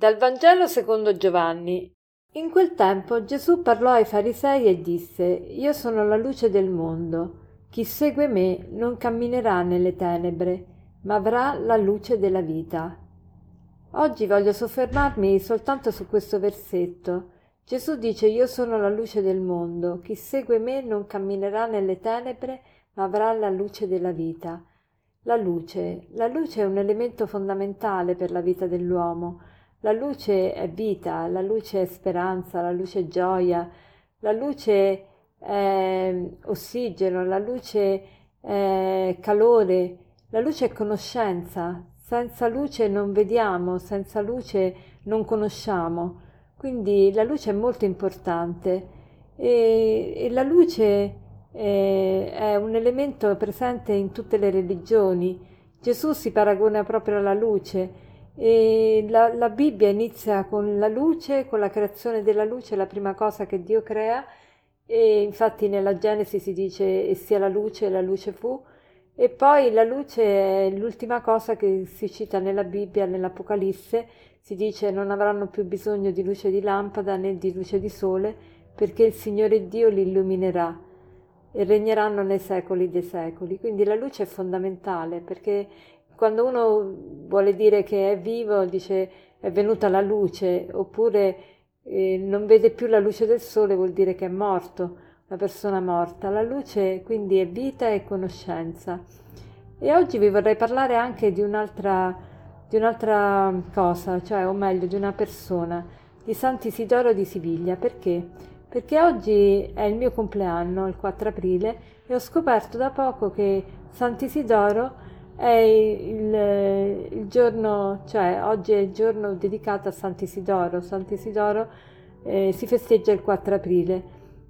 Dal Vangelo secondo Giovanni. In quel tempo Gesù parlò ai farisei e disse: Io sono la luce del mondo. Chi segue me non camminerà nelle tenebre, ma avrà la luce della vita. Oggi voglio soffermarmi soltanto su questo versetto. Gesù dice: Io sono la luce del mondo. Chi segue me non camminerà nelle tenebre, ma avrà la luce della vita. La luce è un elemento fondamentale per la vita dell'uomo. La luce è vita, la luce è speranza, la luce è gioia, la luce è ossigeno, la luce è calore, la luce è conoscenza. Senza luce non vediamo, senza luce non conosciamo. Quindi la luce è molto importante e la luce è un elemento presente in tutte le religioni. Gesù si paragona proprio alla luce. E la Bibbia inizia con la luce, con la creazione della luce, la prima cosa che Dio crea, e infatti nella Genesi si dice e sia la luce e la luce fu, e poi la luce è l'ultima cosa che si cita nella Bibbia, nell'Apocalisse, si dice non avranno più bisogno di luce di lampada né di luce di sole, perché il Signore Dio li illuminerà e regneranno nei secoli dei secoli. Quindi la luce è fondamentale, perché quando uno vuole dire che è vivo, dice è venuta la luce, oppure non vede più la luce del sole, vuol dire che è morto, una persona morta. La luce quindi è vita e conoscenza. E oggi vi vorrei parlare anche di un'altra cosa, cioè, o meglio, di una persona, di Sant'Isidoro di Siviglia. Perché? Perché oggi è il mio compleanno, il 4 aprile, e ho scoperto da poco che Sant'Isidoro è il giorno, cioè oggi è il giorno dedicato a Sant'Isidoro. Sant'Isidoro si festeggia il 4 aprile.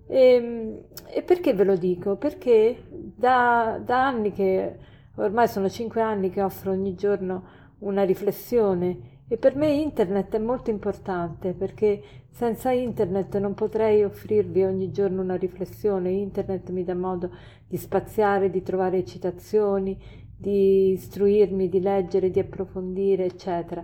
E perché ve lo dico? Perché da anni che, ormai sono 5 anni che offro ogni giorno una riflessione, e per me internet è molto importante, perché senza internet non potrei offrirvi ogni giorno una riflessione. Internet mi dà modo di spaziare, di trovare citazioni, di istruirmi, di leggere, di approfondire, eccetera.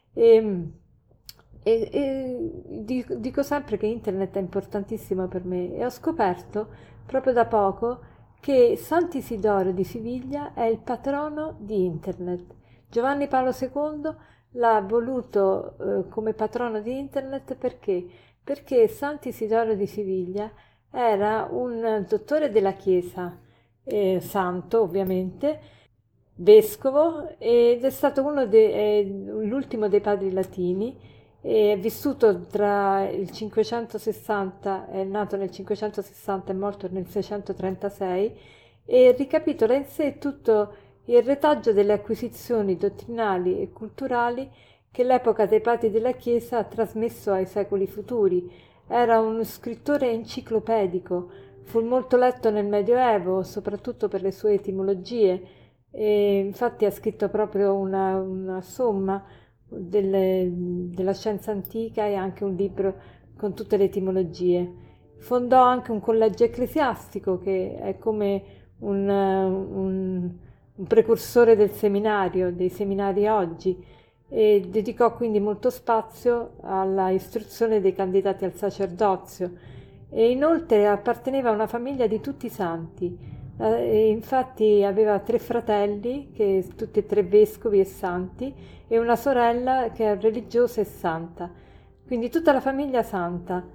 Dico sempre che internet è importantissimo per me, e ho scoperto proprio da poco che Sant'Isidoro di Siviglia è il patrono di internet. Giovanni Paolo II l'ha voluto come patrono di internet perché? Perché Sant'Isidoro di Siviglia era un dottore della Chiesa, santo ovviamente, vescovo, ed è stato l'ultimo dei padri latini. È vissuto tra il 560, è nato nel 560 e morto nel 636, e ricapitola in sé tutto il retaggio delle acquisizioni dottrinali e culturali che l'epoca dei padri della Chiesa ha trasmesso ai secoli futuri. Era uno scrittore enciclopedico, fu molto letto nel Medioevo, soprattutto per le sue etimologie, e infatti ha scritto proprio una somma della scienza antica, e anche un libro con tutte le etimologie. Fondò anche un collegio ecclesiastico che è come un precursore dei seminari oggi, e dedicò quindi molto spazio alla istruzione dei candidati al sacerdozio, e inoltre apparteneva a una famiglia di tutti i santi. E infatti aveva 3 fratelli, che tutti e 3 vescovi e santi, e una sorella che è religiosa e santa, quindi tutta la famiglia santa.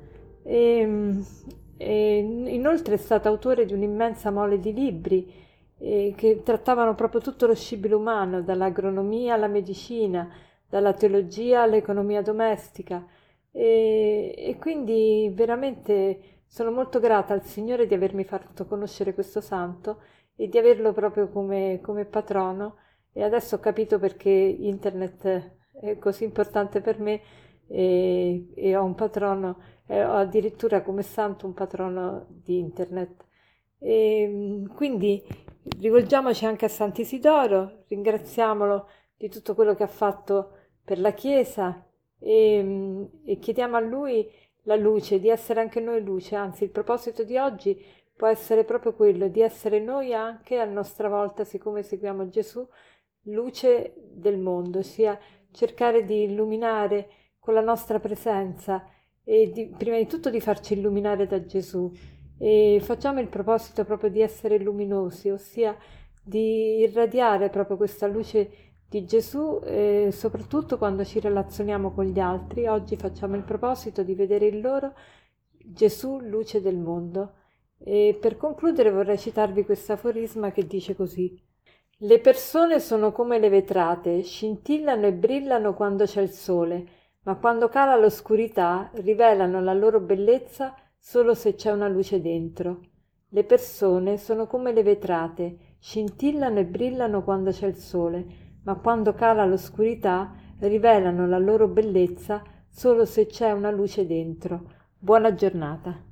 E inoltre è stato autore di un'immensa mole di libri che trattavano proprio tutto lo scibile umano, dall'agronomia alla medicina, dalla teologia all'economia domestica, e quindi veramente sono molto grata al Signore di avermi fatto conoscere questo santo e di averlo proprio come patrono. E adesso ho capito perché internet è così importante per me, e ho un patrono, ho addirittura come santo un patrono di internet. E quindi rivolgiamoci anche a Sant'Isidoro, ringraziamolo di tutto quello che ha fatto per la Chiesa, e chiediamo a lui la luce, di essere anche noi luce. Anzi, il proposito di oggi può essere proprio quello, di essere noi anche a nostra volta, siccome seguiamo Gesù, luce del mondo, ossia cercare di illuminare con la nostra presenza e prima di tutto di farci illuminare da Gesù. E facciamo il proposito proprio di essere luminosi, ossia di irradiare proprio questa luce di Gesù, soprattutto quando ci relazioniamo con gli altri. Oggi facciamo il proposito di vedere in loro Gesù, luce del mondo. E per concludere vorrei citarvi questo aforisma che dice così: le persone sono come le vetrate, scintillano e brillano quando c'è il sole, ma quando cala l'oscurità rivelano la loro bellezza solo se c'è una luce dentro. Le persone sono come le vetrate, scintillano e brillano quando c'è il sole, ma quando cala l'oscurità rivelano la loro bellezza solo se c'è una luce dentro. Buona giornata.